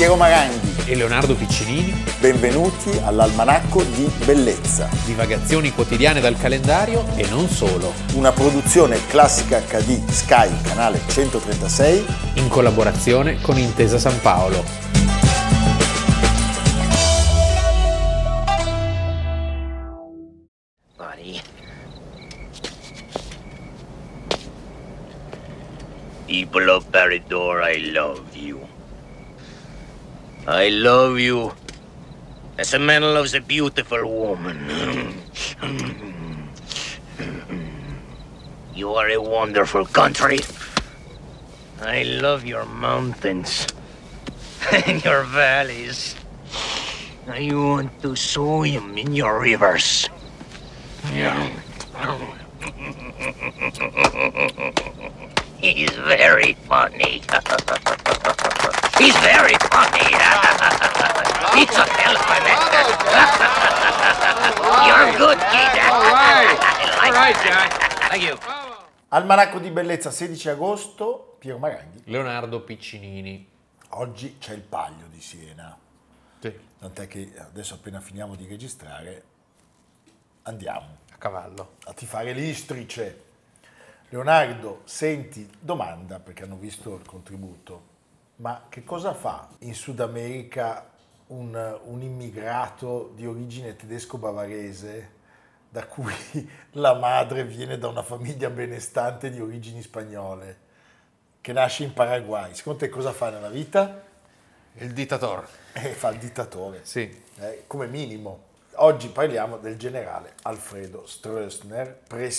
Piero Maranghi e Leonardo Piccinini. Benvenuti all'Almanacco di Bellezza. Divagazioni quotidiane dal calendario e non solo. Una produzione Classica HD Sky, canale 136. In collaborazione con Intesa San Paolo. Buddy. People of Parador, I love you. I love you as a man loves a beautiful woman. You are a wonderful country. I love your mountains and your valleys. I want to swim in your rivers. He's very funny. He's very funny. It's a hell of an actor. You're a good kid. All right, Jack. Thank you. Almanacco di Bellezza, 16 agosto, Piero Maranghi. Leonardo Piccinini. Oggi c'è il Palio di Siena. Sì. Tant'è che adesso appena finiamo di registrare andiamo A cavallo. a tifare l'Istrice. Leonardo, senti, domanda, perché hanno visto il contributo, ma che cosa fa in Sud America un immigrato di origine tedesco-bavarese da cui la madre viene da una famiglia benestante di origini spagnole, che nasce in Paraguay? Secondo te cosa fa nella vita? Il dittatore. Fa il dittatore, Sì. come minimo. Oggi parliamo del generale Alfredo Stroessner,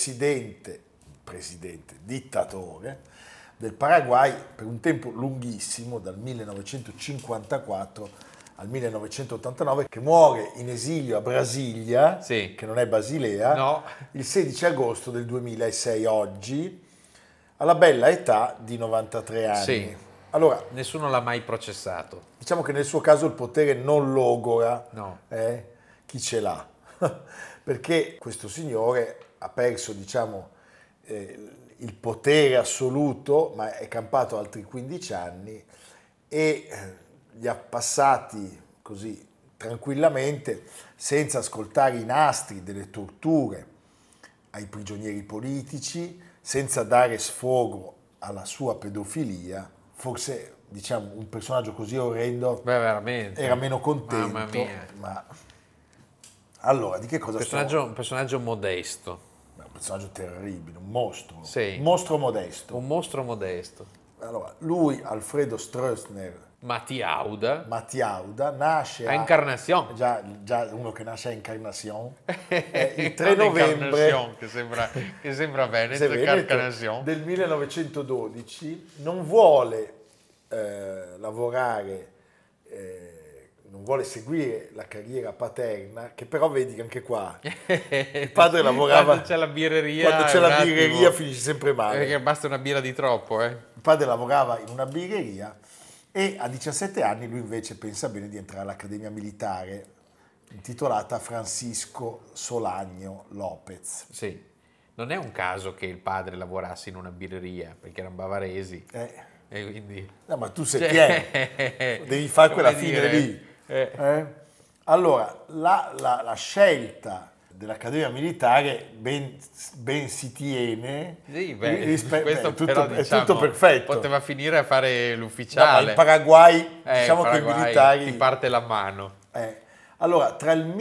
dittatore del Paraguay per un tempo lunghissimo, dal 1954 al 1989, che muore in esilio a Brasilia, Sì. che non è Basilea, No. il 16 agosto del 2006, oggi, alla bella età di 93 anni. Sì. Allora, Nessuno l'ha mai processato. diciamo che nel suo caso il potere non logora No. chi ce l'ha, perché questo signore ha perso, diciamo, il potere assoluto, ma è campato altri 15 anni e li ha passati così tranquillamente, senza ascoltare i nastri delle torture ai prigionieri politici, senza dare sfogo alla sua pedofilia. Forse, diciamo, un personaggio così orrendo Beh, veramente. era meno contento. Mamma mia. Ma allora, di che cosa Un personaggio modesto. Un personaggio terribile, un mostro. Sì. Un mostro modesto. Un mostro modesto. Allora, lui, Alfredo Stroessner Mattiauda. nasce A Encarnación. già uno che nasce a Encarnación, il 3 novembre Encarnación, che sembra Veneto, se Veneto, Encarnación. del 1912, non vuole lavorare, non vuole seguire la carriera paterna, che però vedi che anche qua il padre lavorava. Quando c'è la birreria. Quando c'è un la attimo, birreria finisce sempre male. Perché basta una birra di troppo, Il padre lavorava in una birreria e a 17 anni lui invece pensa bene di entrare all'Accademia Militare, intitolata Francisco Solagno López. Sì. Non è un caso che il padre lavorasse in una birreria, perché erano bavaresi. E quindi. No, ma tu sei pieno, devi fare quella come fine dire, lì. Allora, la scelta dell'Accademia Militare ben si tiene. Sì, è questo tutto, però, è diciamo, tutto perfetto. poteva finire a fare No, ma l'ufficiale. in Paraguay, diciamo in che i Paraguay militari. ti parte la mano. Allora, tra il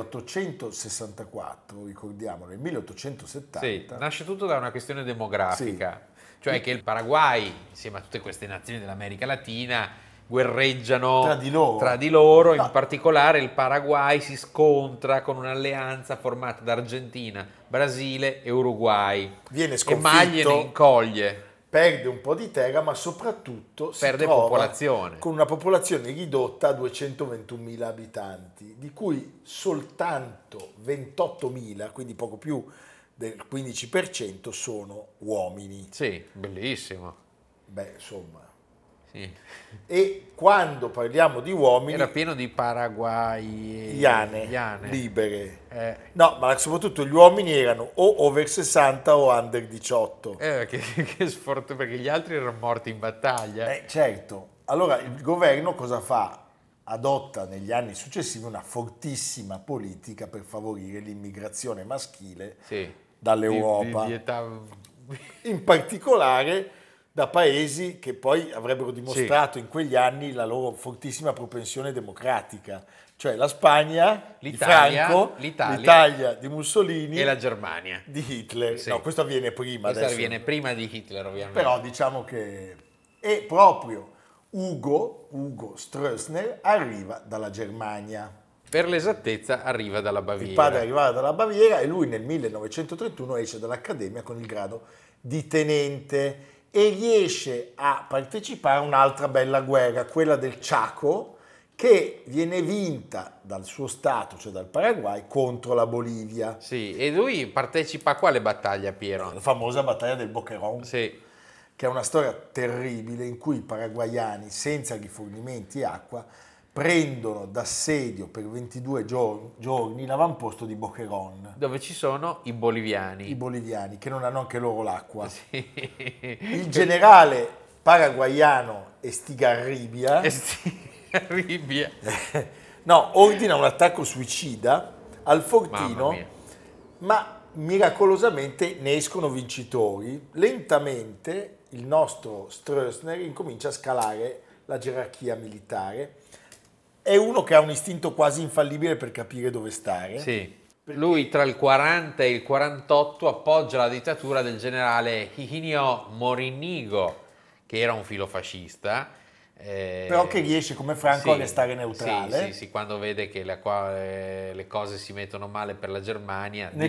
1864, ricordiamolo, e il 1870. Sì, nasce tutto da una questione demografica, cioè che il Paraguay, insieme a tutte queste nazioni dell'America Latina, guerreggiano tra di loro. In particolare il Paraguay si scontra con un'alleanza formata da Argentina, Brasile e Uruguay. Viene E Maglie ne sconfitto, incoglie. perde un po' di terra, ma soprattutto Perde si trova popolazione. con una popolazione ridotta a 221.000 abitanti, di cui soltanto 28.000, quindi poco più del 15%, sono uomini. Sì, bellissimo. Beh, insomma. Sì. E quando parliamo di uomini, Era pieno di paraguaiane. libere. No, ma soprattutto gli uomini erano o over 60 o under 18. Che sfortuna, perché gli altri erano morti in battaglia. Certo. Allora il governo cosa fa? Adotta negli anni successivi una fortissima politica per favorire l'immigrazione maschile Sì. dall'Europa, Di età... in particolare da paesi che poi avrebbero dimostrato in quegli anni la loro fortissima propensione democratica, cioè la Spagna di Franco, l'Italia di Mussolini e la Germania di Hitler. Sì. No, questo avviene prima. Questo adesso. avviene prima di Hitler, ovviamente. Però diciamo che... E proprio Ugo Stroessner arriva dalla Germania. Per l'esattezza arriva dalla Baviera. Il padre arrivava dalla Baviera e lui nel 1931 esce dall'Accademia con il grado di tenente e riesce a partecipare a un'altra bella guerra, quella del Chaco, che viene vinta dal suo stato, cioè dal Paraguay, contro la Bolivia. Sì, e lui partecipa a quale battaglia, Piero? La famosa battaglia del Boquerón, Sì. che è una storia terribile in cui i paraguayani, senza rifornimenti e acqua, prendono d'assedio per 22 giorni l'avamposto di Boquerón. Dove ci sono i boliviani. I boliviani, che non hanno anche loro l'acqua. Sì. Il generale paraguayano Estigarribia Estigarribia. no, ordina un attacco suicida al Mamma fortino, mia. ma miracolosamente ne escono vincitori. Lentamente il nostro Stroessner incomincia a scalare la gerarchia militare. È uno che ha un istinto quasi infallibile per capire dove stare. Sì. Lui tra il 40 e il 48 appoggia la dittatura del generale Higinio Morinigo, che era un filofascista. Però che riesce come Franco a restare neutrale. Sì, quando vede che le cose si mettono male per la Germania. Nel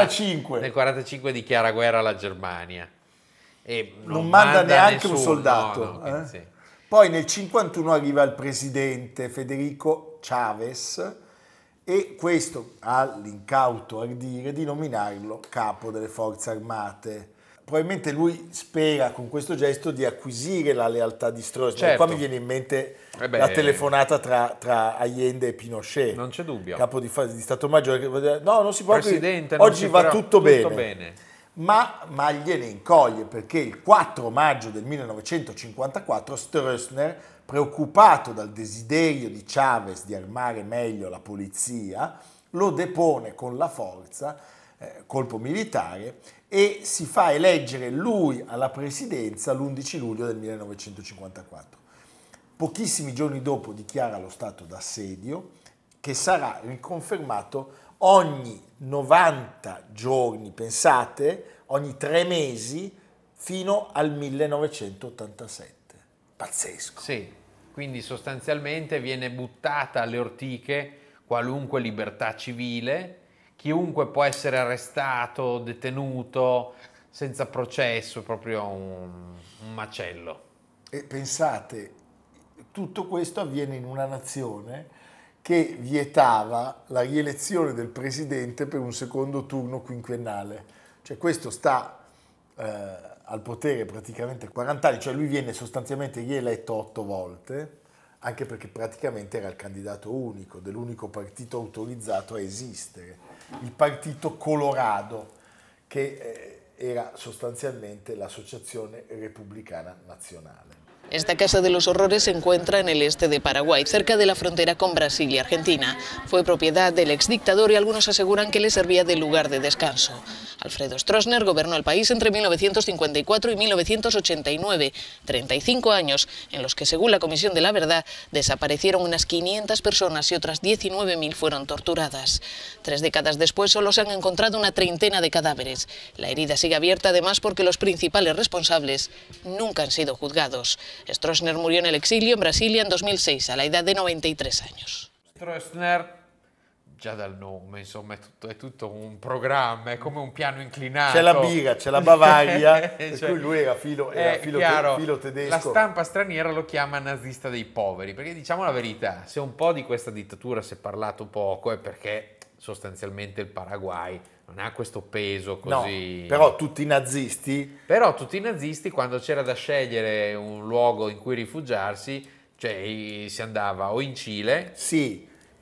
45 dichiara guerra alla Germania. E non manda neanche nessuno, un soldato. no, quindi sì. Poi nel 51 arriva il presidente Federico Chávez e questo ha l'incauto ardire di nominarlo capo delle forze armate. Probabilmente lui spera con questo gesto di acquisire la lealtà di Stroessner. Certo. Qua mi viene in mente la telefonata tra Allende e Pinochet. Non c'è dubbio. Capo di Stato Maggiore. No, non si può. Presidente, oggi va tutto bene. bene. Ma gliene incoglie perché il 4 maggio del 1954 Stroessner, preoccupato dal desiderio di Chavez di armare meglio la polizia, lo depone con la forza, colpo militare, e si fa eleggere lui alla presidenza l'11 luglio del 1954. Pochissimi giorni dopo dichiara lo stato d'assedio, che sarà riconfermato ogni 90 giorni, pensate, ogni 3 mesi fino al 1987. Pazzesco. Sì, quindi sostanzialmente viene buttata alle ortiche qualunque libertà civile, chiunque può essere arrestato, detenuto, senza processo, è proprio un macello. E pensate, tutto questo avviene in una nazione che vietava la rielezione del presidente per un secondo turno quinquennale. Cioè questo sta al potere praticamente 40 anni, cioè lui viene sostanzialmente rieletto 8 volte, anche perché praticamente era il candidato unico dell'unico partito autorizzato a esistere, il Partito Colorado, che era sostanzialmente l'Associazione Repubblicana Nazionale. Esta Casa de los Horrores se encuentra en el este de Paraguay, cerca de la frontera con Brasil y Argentina. Fue propiedad del exdictador y algunos aseguran que le servía de lugar de descanso. Alfredo Stroessner gobernó el país entre 1954 y 1989, 35 años en los que, según la Comisión de la Verdad, desaparecieron unas 500 personas y otras 19.000 fueron torturadas. 3 décadas después solo se han encontrado una treintena de cadáveres. La herida sigue abierta además porque los principales responsables nunca han sido juzgados. Stroessner murió en el exilio en Brasilia en 2006 a la edad de 93 años. Stroessner, già dal nome, insomma, è tutto un programma, è come un piano inclinato. C'è la birra, c'è la Bavaria, per cioè, cui lui era filo tedesco. La stampa straniera lo chiama nazista dei poveri, perché diciamo la verità, se un po' di questa dittatura si è parlato poco è perché sostanzialmente il Paraguay non ha questo peso così. No, però tutti i nazisti, quando c'era da scegliere un luogo in cui rifugiarsi, cioè si andava o in Cile. sì,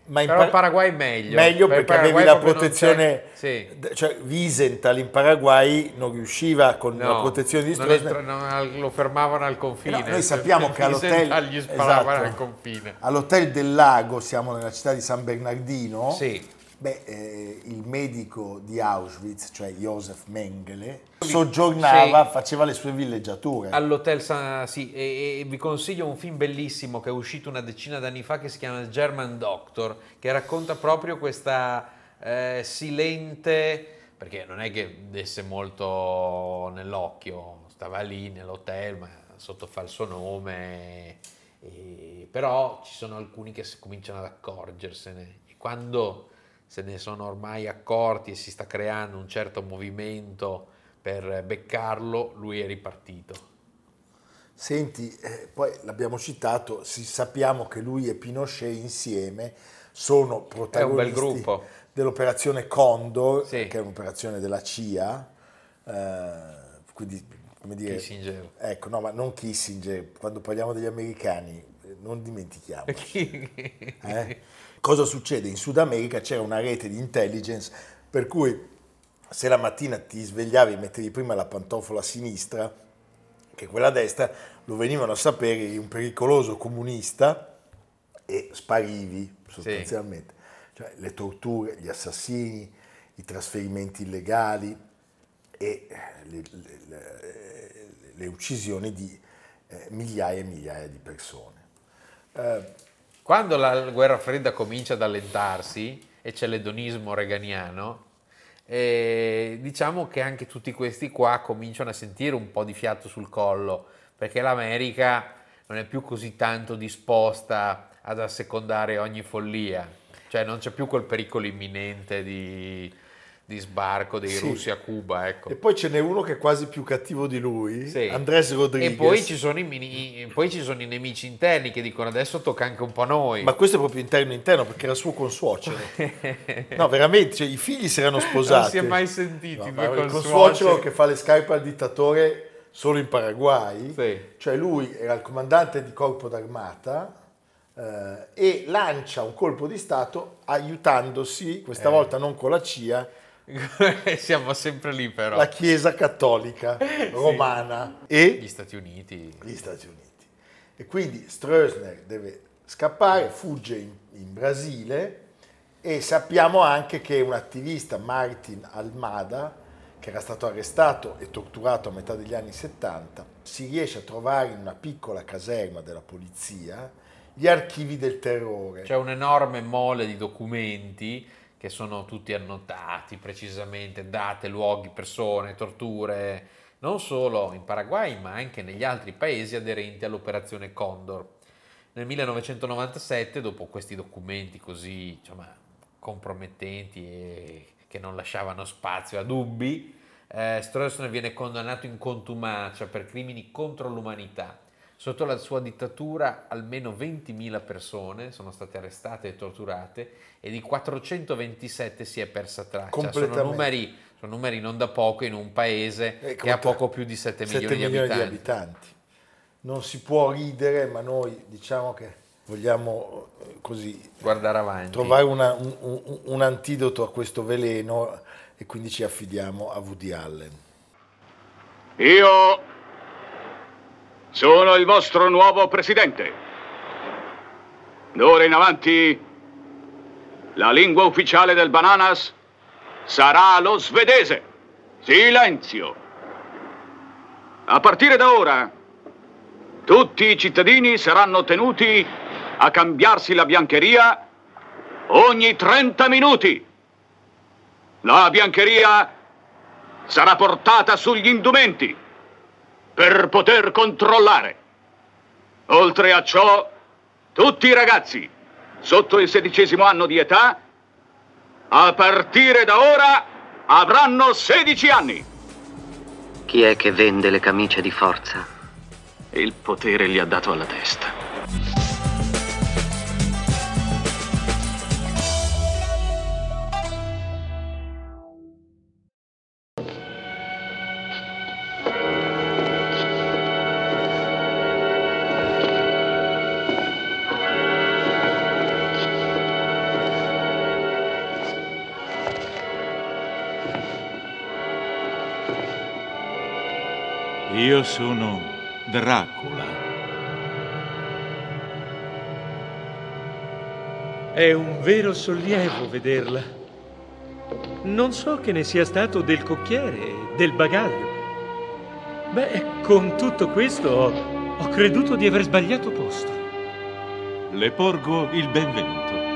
Ma Però il Paraguay meglio. Meglio Per il perché avevi Paraguay la proprio non protezione, c'è- sì. cioè Wiesenthal in Paraguay non riusciva con la No, protezione di non Stroessner. lo fermavano al confine. No, noi sappiamo che Wiesenthal gli sparavano esatto, al confine. all'Hotel del Lago, siamo nella città di San Bernardino, Sì. il medico di Auschwitz, cioè Josef Mengele, soggiornava, Sì. faceva le sue villeggiature. All'Hotel sì, e vi consiglio un film bellissimo che è uscito una decina d'anni fa che si chiama German Doctor, che racconta proprio questa silente, perché non è che desse molto nell'occhio, stava lì nell'hotel ma sotto falso nome, però ci sono alcuni che cominciano ad accorgersene e quando se ne sono ormai accorti e si sta creando un certo movimento per beccarlo, lui è ripartito. Senti, poi l'abbiamo citato, sappiamo che lui e Pinochet insieme sono protagonisti bel gruppo. dell'operazione Condor, Sì. che è un'operazione della CIA, quindi come dire... Kissinger. Ecco, no, ma non Kissinger, quando parliamo degli americani non dimentichiamo. Cosa succede? In Sud America c'era una rete di intelligence per cui se la mattina ti svegliavi e mettevi prima la pantofola a sinistra che quella a destra, lo venivano a sapere di un pericoloso comunista e sparivi sostanzialmente. Sì. Cioè le torture, gli assassini, i trasferimenti illegali e le uccisioni di migliaia e migliaia di persone. Quando la guerra fredda comincia ad allentarsi e c'è l'edonismo reganiano, diciamo che anche tutti questi qua cominciano a sentire un po' di fiato sul collo, perché l'America non è più così tanto disposta ad assecondare ogni follia, cioè non c'è più quel pericolo imminente di sbarco dei russi a Cuba, ecco. E poi ce n'è uno che è quasi più cattivo di lui, sì. Andrés Rodriguez. E poi ci sono i nemici interni che dicono adesso tocca anche un po' a noi. Ma questo è proprio interno perché era suo consuocero. No, veramente, cioè, i figli si erano sposati. Non si è mai sentiti no, due il consuoceri. consuocero che fa le scarpe al dittatore solo in Paraguay. Sì. Cioè lui era il comandante di corpo d'armata e lancia un colpo di stato aiutandosi, questa volta non con la CIA, siamo sempre lì però. la Chiesa Cattolica Romana e gli Stati Uniti. E quindi Stroessner deve scappare, fugge in Brasile e sappiamo anche che un attivista, Martin Almada, che era stato arrestato e torturato a metà degli anni 70, si riesce a trovare in una piccola caserma della polizia gli archivi del terrore. C'è un'enorme mole di documenti che sono tutti annotati precisamente, date, luoghi, persone, torture, non solo in Paraguay ma anche negli altri paesi aderenti all'operazione Condor. Nel 1997, dopo questi documenti così compromettenti e che non lasciavano spazio a dubbi, Stroessner viene condannato in contumacia per crimini contro l'umanità. Sotto la sua dittatura almeno 20.000 persone sono state arrestate e torturate e di 427 si è persa traccia. Sono numeri non da poco in un paese che ha poco più di 7 milioni di abitanti. Non si può ridere, ma noi diciamo che vogliamo così guardare avanti, trovare un antidoto a questo veleno e quindi ci affidiamo a Woody Allen. Io sono il vostro nuovo presidente. D'ora in avanti la lingua ufficiale del Bananas sarà lo svedese. Silenzio! A partire da ora tutti i cittadini saranno tenuti a cambiarsi la biancheria ogni 30 minuti. La biancheria sarà portata sugli indumenti per poter controllare. Oltre a ciò, tutti i ragazzi sotto il 16° anno di età, a partire da ora, avranno 16 anni. Chi è che vende le camicie di forza? Il potere gli ha dato alla testa. Io sono Dracula. È un vero sollievo vederla. Non so che ne sia stato del cocchiere, del bagaglio. Beh, con tutto questo ho creduto di aver sbagliato posto. Le porgo il benvenuto.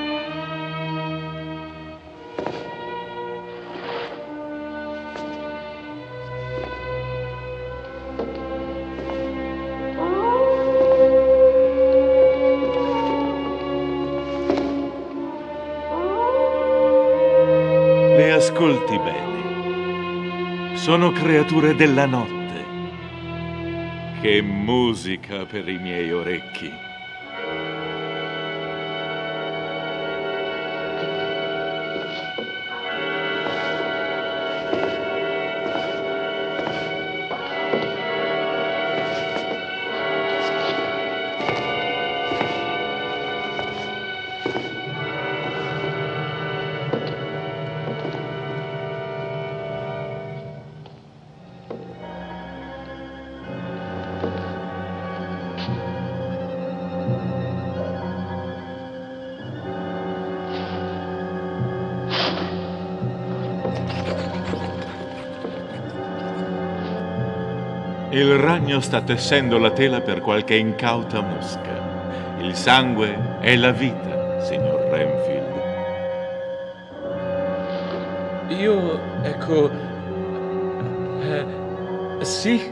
Le ascolti bene. Sono creature della notte. Che musica per i miei orecchi. Il ragno sta tessendo la tela per qualche incauta mosca. Il sangue è la vita, signor Renfield. Io, ecco... sì?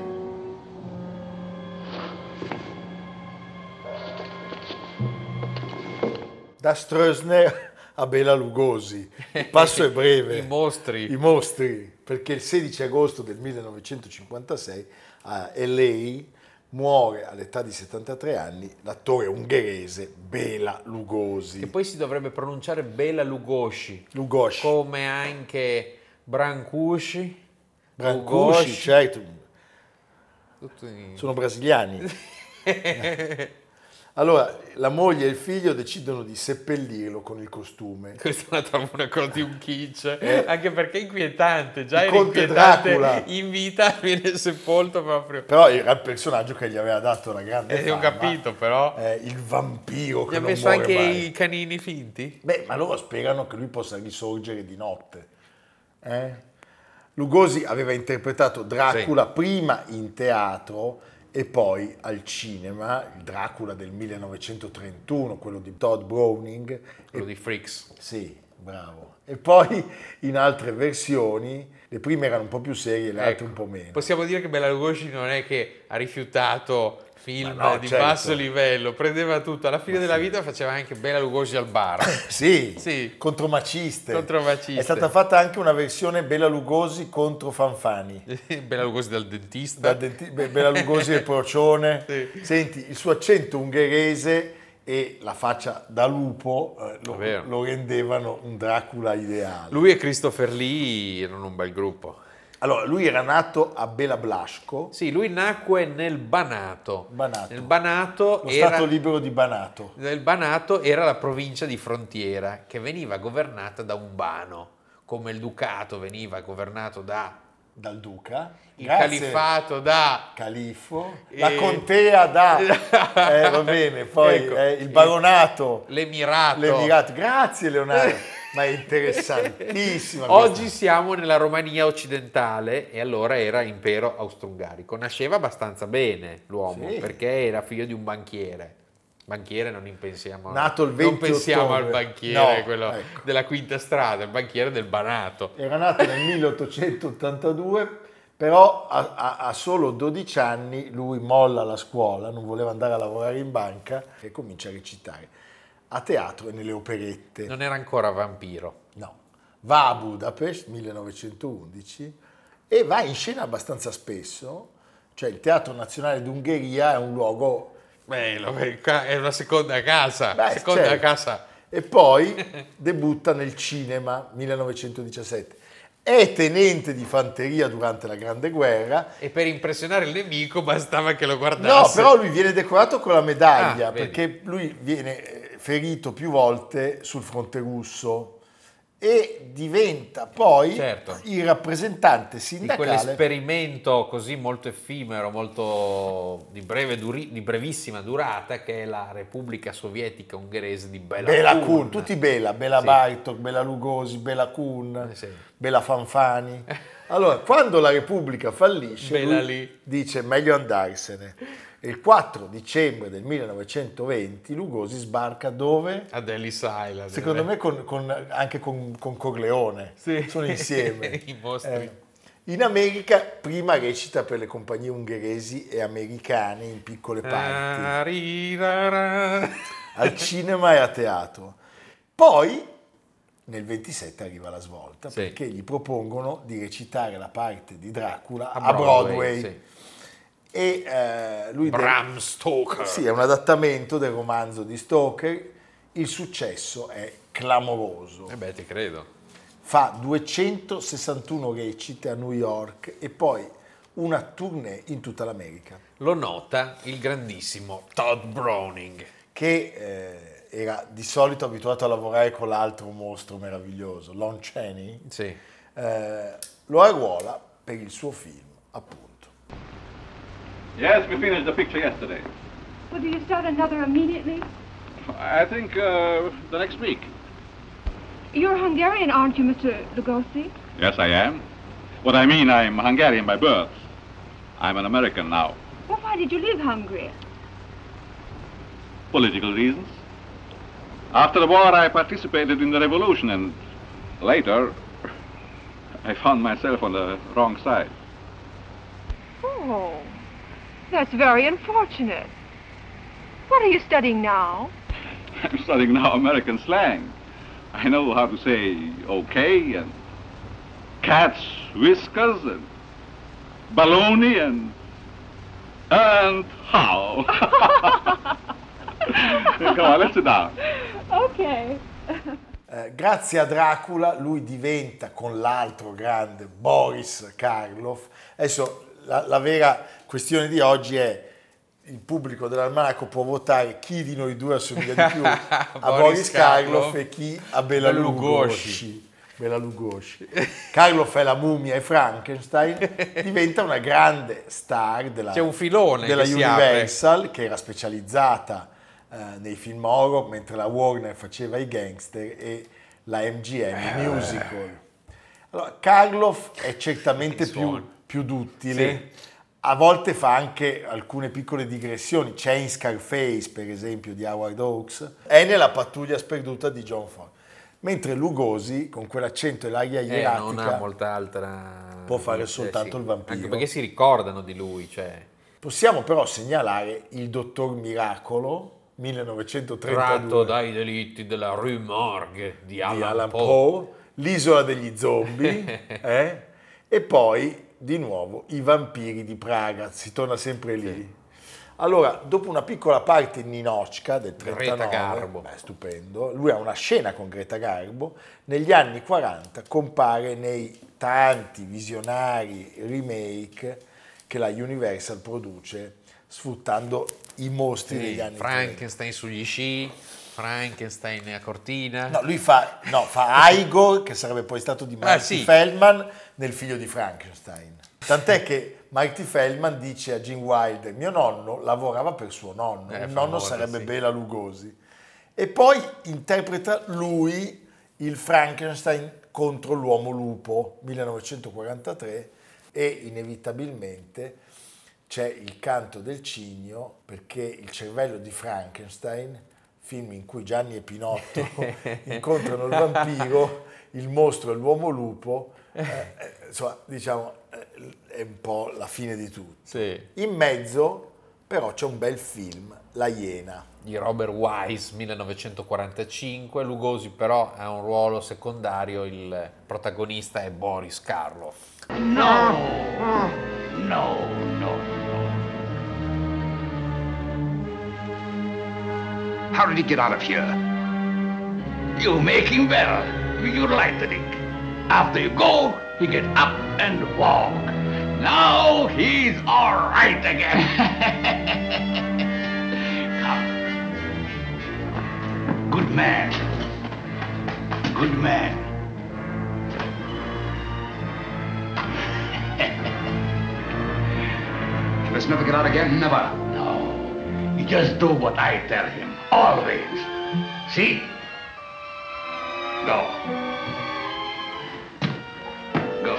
Da Stroessner a Bela Lugosi. Il passo è breve. I mostri. I mostri, perché il 16 agosto del 1956 a LA muore all'età di 73 anni l'attore ungherese Bela Lugosi. Che poi si dovrebbe pronunciare Bela Lugosi. Lugosi. Come anche Brancusi. Brancusi, certo. Tutti... Sono brasiliani. Allora, la moglie e il figlio decidono di seppellirlo con il costume. Questa la trovo una cosa di un kitsch, anche perché è inquietante, già il era conte inquietante Dracula. In vita, viene sepolto proprio. Però era il personaggio che gli aveva dato la grande fama. Ho capito, però. Il vampiro che Gli ha non messo muore anche mai. i canini finti? Beh, ma loro sperano che lui possa risorgere di notte. Lugosi aveva interpretato Dracula prima in teatro e poi al cinema, il Dracula del 1931, quello di Todd Browning. Quello di Freaks. Sì, bravo. E poi in altre versioni, le prime erano un po' più serie, le altre un po' meno. Possiamo dire che Bela Lugosi non è che ha rifiutato film di certo. basso livello, prendeva tutto, alla fine della vita faceva anche Bela Lugosi al bar. Sì, contro Maciste. È stata fatta anche una versione Bela Lugosi contro Fanfani. Bela Lugosi dal dentista. Bela Lugosi del procione. Sì. Senti, il suo accento ungherese e la faccia da lupo lo rendevano un Dracula ideale. Lui e Christopher Lee erano un bel gruppo. Allora, lui era nato a Bela Blasco. Sì, lui nacque nel Banato. Banato. Nel Banato Lo Stato libero di Banato. Nel Banato era la provincia di frontiera che veniva governata da un bano, come il ducato veniva governato dal duca, il califfato da califfo, la contea da va bene, poi ecco, il baronato, l'emirato. Grazie Leonardo, ma è interessantissima. Oggi siamo nella Romania occidentale e allora era impero austro-ungarico. Nasceva abbastanza bene l'uomo, perché era figlio di un banchiere. Banchiere non pensiamo, nato il 20 non pensiamo ottobre. Al banchiere, quello ecco. della Quinta Strada, il banchiere del Banato. Era nato nel 1882, però a solo 12 anni lui molla la scuola, non voleva andare a lavorare in banca e comincia a recitare a teatro e nelle operette. Non era ancora vampiro. No. Va a Budapest, 1911, e va in scena abbastanza spesso, cioè il Teatro Nazionale d'Ungheria è un luogo... Bello, è una seconda casa. Certo. Casa. E poi debutta nel cinema, 1917. È tenente di fanteria durante la Grande Guerra. E per impressionare il nemico bastava che lo guardasse. No, però lui viene decorato con la medaglia, vedi. perché lui viene ferito più volte sul fronte russo e diventa poi Certo. il rappresentante Di sindacale. quell'esperimento così molto effimero, molto di brevissima durata, che è la Repubblica Sovietica Ungherese di Bela Kun, tutti Bela Sì. Bartok, Bela Lugosi, Bela Kun, Sì. Bela Fanfani. Allora, quando la Repubblica fallisce, Bela lui lì. dice meglio andarsene. Il 4 dicembre del 1920 Lugosi sbarca dove? Ad Ellis Island. Secondo me anche con Corleone, Sì. sono insieme. I mostri. In America prima recita per le compagnie ungheresi e americane in piccole parti, al cinema e a teatro. Poi nel 27 arriva la svolta, Sì. perché gli propongono di recitare la parte di Dracula A a Broadway. sì. E lui Bram Stoker. sì, è un adattamento del romanzo di Stoker. Il successo è clamoroso. Beh, ti credo. Fa 261 recite a New York e poi una tournée in tutta l'America, Lo nota il grandissimo Todd Browning. che era di solito abituato a lavorare con l'altro mostro meraviglioso, Lon Chaney. Sì. Lo arruola per il suo film, appunto. Yes, we finished the picture yesterday. Well, do you start another immediately? I think the next week. You're Hungarian, aren't you, Mr. Lugosi? Yes, I am. What I mean, I'm Hungarian by birth. I'm an American now. Well, why did you leave Hungary? Political reasons. After the war, I participated in the revolution, and later, I found myself on the wrong side. Oh, that's very unfortunate. What are you studying now? I'm studying now American slang. I know how to say okay, and cat's whiskers, and baloney, and how. Come on, let's sit down. Okay. Grazie a Dracula lui diventa, con l'altro grande Boris Karloff. Adesso la vera questione di oggi è: il pubblico dell'Almanacco può votare chi di noi due assomiglia di più a Boris Karloff e chi a Bela Lugosi. Bela Lugosi. Karloff è la mummia e Frankenstein, diventa una grande star C'è un filone della che si Universal, che era specializzata nei film horror, mentre la Warner faceva i gangster e la MGM i musical. Allora, Karloff è certamente più duttile. Sì. A volte fa anche alcune piccole digressioni. C'è in Scarface, per esempio, di Howard Hawks, è nella Pattuglia sperduta di John Ford. Mentre Lugosi, con quell'accento e l'aria ieratica, non ha molta altra... può fare soltanto il vampiro. Anche perché si ricordano di lui, cioè... Possiamo però segnalare Il Dottor Miracolo, 1932, Tratto dai delitti della Rue Morgue di di Alan Alan Poe. Poe, L'isola degli zombie, e poi di nuovo I vampiri di Praga, si torna sempre lì. Sì. Allora, dopo una piccola parte in Ninocchka del 39, Greta Garbo. beh, stupendo, lui ha una scena con Greta Garbo, negli anni 40 compare nei tanti visionari remake che la Universal produce sfruttando i mostri degli anni 30. Frankenstein sugli sci, Frankenstein a Cortina. No, lui fa Igor, che sarebbe poi stato di Marty sì. Feldman, nel Figlio di Frankenstein. Tant'è che Marty Feldman dice a Gene Wilder: mio nonno lavorava per suo nonno, il nonno famosa, sarebbe sì. Bela Lugosi. E poi interpreta lui il Frankenstein contro l'uomo lupo, 1943, e inevitabilmente c'è Il canto del cigno, perché Il cervello di Frankenstein, film in cui Gianni e Pinotto incontrano il vampiro, il mostro e l'uomo lupo, insomma, diciamo, è un po' la fine di tutto. Sì. In mezzo però c'è un bel film, La Iena. Di Robert Wise, 1945. Lugosi però ha un ruolo secondario, il protagonista è Boris Karloff. No! No, no. How did he get out of here? You make him well with your lightning. After you go, he get up and walk. Now he's all right again. Come. Good man. Good man. must never get out again? Never. No. He just do what I tell him. Always. See? Go. Go.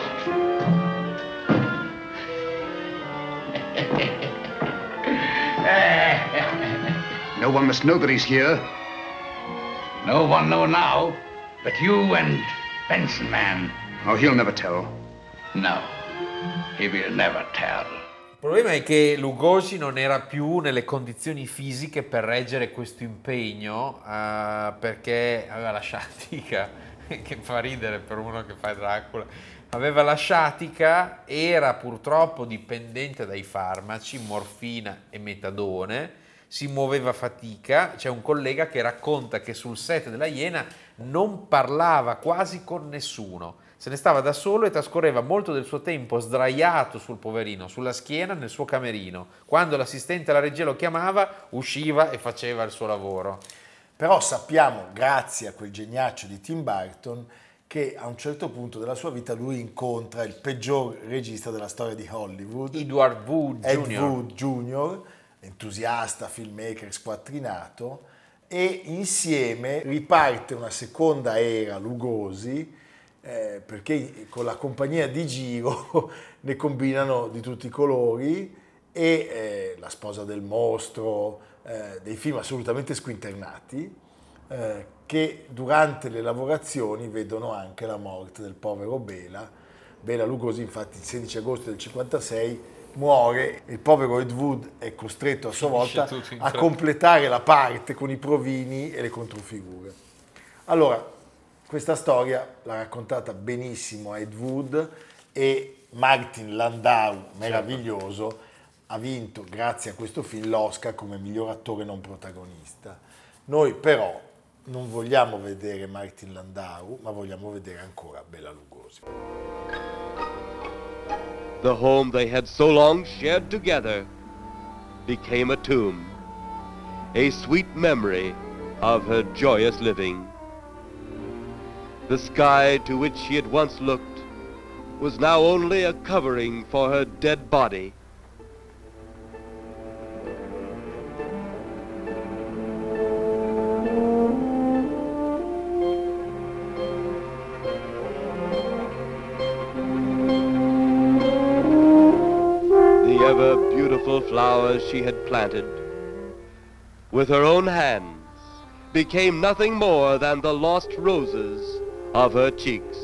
No one must know that he's here. No one know now, but you and Benson man. Oh, he'll never tell. No, he will never tell. Il problema è che Lugosi non era più nelle condizioni fisiche per reggere questo impegno, perché aveva la sciatica, che fa ridere per uno che fa Dracula. Aveva la sciatica, era purtroppo dipendente dai farmaci, morfina e metadone, si muoveva a fatica. C'è un collega che racconta che sul set della Iena non parlava quasi con nessuno, se ne stava da solo e trascorreva molto del suo tempo sdraiato sul poverino, sulla schiena nel suo camerino. Quando l'assistente alla regia lo chiamava, usciva e faceva il suo lavoro. Però sappiamo, grazie a quel geniaccio di Tim Burton, che a un certo punto della sua vita lui incontra il peggior regista della storia di Hollywood, Edward Wood Ed Jr. Wood Jr., entusiasta, filmmaker, squattrinato, e insieme riparte una seconda era Lugosi, perché con la compagnia di giro ne combinano di tutti i colori, e La sposa del mostro, dei film assolutamente squinternati, che durante le lavorazioni vedono anche la morte del povero Bela Lugosi. Infatti il 16 agosto del 1956 muore, il povero Ed Wood è costretto a sua volta a completare la parte con i provini e le controfigure. Allora, questa storia l'ha raccontata benissimo Ed Wood, e Martin Landau, meraviglioso, ha vinto grazie a questo film l'Oscar come miglior attore non protagonista. Noi però non vogliamo vedere Martin Landau, ma vogliamo vedere ancora Bela Lugosi. The home they had so long shared together became a tomb, a sweet memory of her joyous living. The sky to which she had once looked was now only a covering for her dead body. The ever-beautiful flowers she had planted with her own hands became nothing more than the lost roses of her cheeks.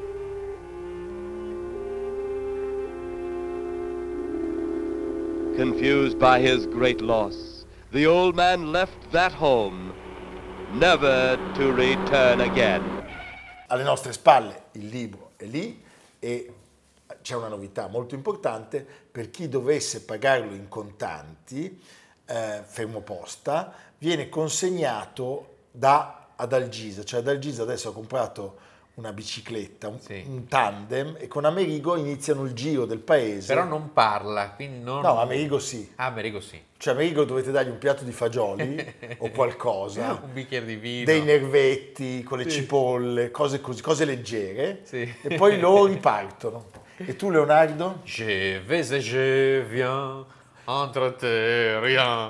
Confused by his great loss, the old man left that home, never to return again. Alle nostre spalle il libro è lì, e c'è una novità molto importante: per chi dovesse pagarlo in contanti, fermo posta, viene consegnato ad Algisa. Cioè ad Algisa adesso ha comprato una bicicletta, un tandem, e con Amerigo iniziano il giro del paese. Però non parla, quindi non... No, Amerigo sì. Amerigo sì. Cioè Amerigo dovete dargli un piatto di fagioli o qualcosa, un bicchiere di vino, dei nervetti con le cipolle, cose così, cose leggere, sì. E poi loro ripartono. E tu, Leonardo? Je vais et je viens, entre te rien.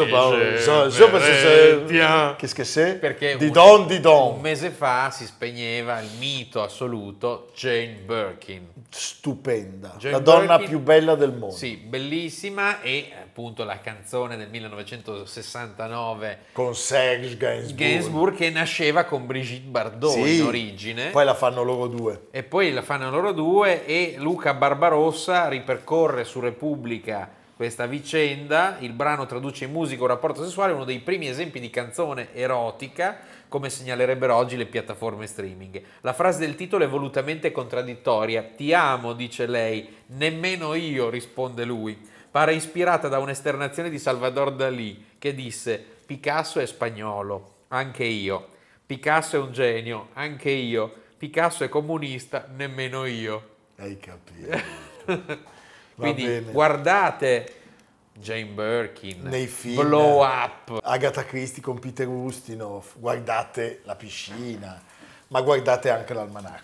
Qu'est-ce que c'est? Perché Didon. Un mese fa si spegneva il mito assoluto Jane Birkin. Stupenda, Jane la donna Birkin, più bella del mondo. Sì, bellissima, e appunto la canzone del 1969 con Serge Gainsbourg, che nasceva con Brigitte Bardot, sì, in origine. Poi la fanno loro due. E Luca Barbarossa ripercorre su Repubblica questa vicenda. Il brano traduce in musica un rapporto sessuale, uno dei primi esempi di canzone erotica, come segnalerebbero oggi le piattaforme streaming. La frase del titolo è volutamente contraddittoria. Ti amo, dice lei. Nemmeno io, risponde lui. Pare ispirata da un'esternazione di Salvador Dalì, che disse: Picasso è spagnolo, anche io. Picasso è un genio, anche io. Picasso è comunista, nemmeno io. Hai capito. Quindi guardate Jane Birkin nei film, Blow Up, Agatha Christie con Peter Ustinov, guardate La piscina, ma guardate anche l'almanacco. Sì.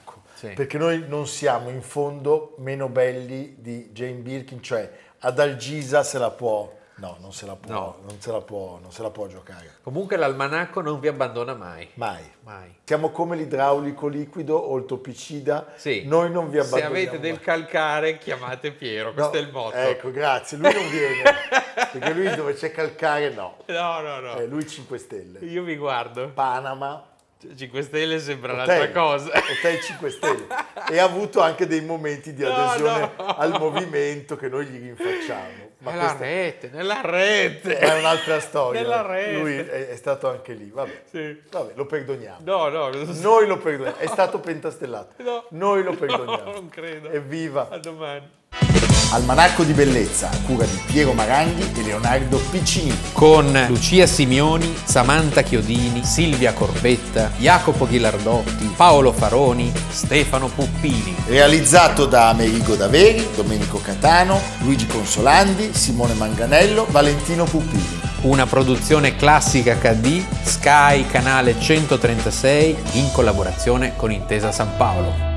Sì. perché noi non siamo in fondo meno belli di Jane Birkin, cioè ad Algisa se la può... No, non se la può giocare. Comunque l'almanacco non vi abbandona mai. Mai. Mai. Siamo come l'idraulico liquido o il topicida, Sì. noi non vi Se abbandoniamo avete del calcare, chiamate Piero, questo è il motto. Ecco, grazie, lui non viene, perché lui dove c'è calcare no. No. Lui 5 Stelle. Io vi guardo. Panama. 5 Stelle sembra un'altra cosa. Hotel 5 Stelle. E ha avuto anche dei momenti di adesione al movimento che noi gli rinfacciamo. Ma Nella rete. È un'altra storia. Nella rete. Lui è stato anche lì. Vabbè, Sì. Vabbè, lo perdoniamo. No. Noi lo perdoniamo. È stato pentastellato. No. Noi lo perdoniamo. No, non credo. Evviva. A domani. Almanacco di bellezza a cura di Piero Maranghi e Leonardo Piccini. Con Lucia Simioni, Samantha Chiodini, Silvia Corbetta, Jacopo Ghilardotti, Paolo Faroni, Stefano Puppini. Realizzato da Amerigo Daveri, Domenico Catano, Luigi Consolandi, Simone Manganello, Valentino Puppini. Una produzione Classica HD, Sky Canale 136 in collaborazione con Intesa San Paolo.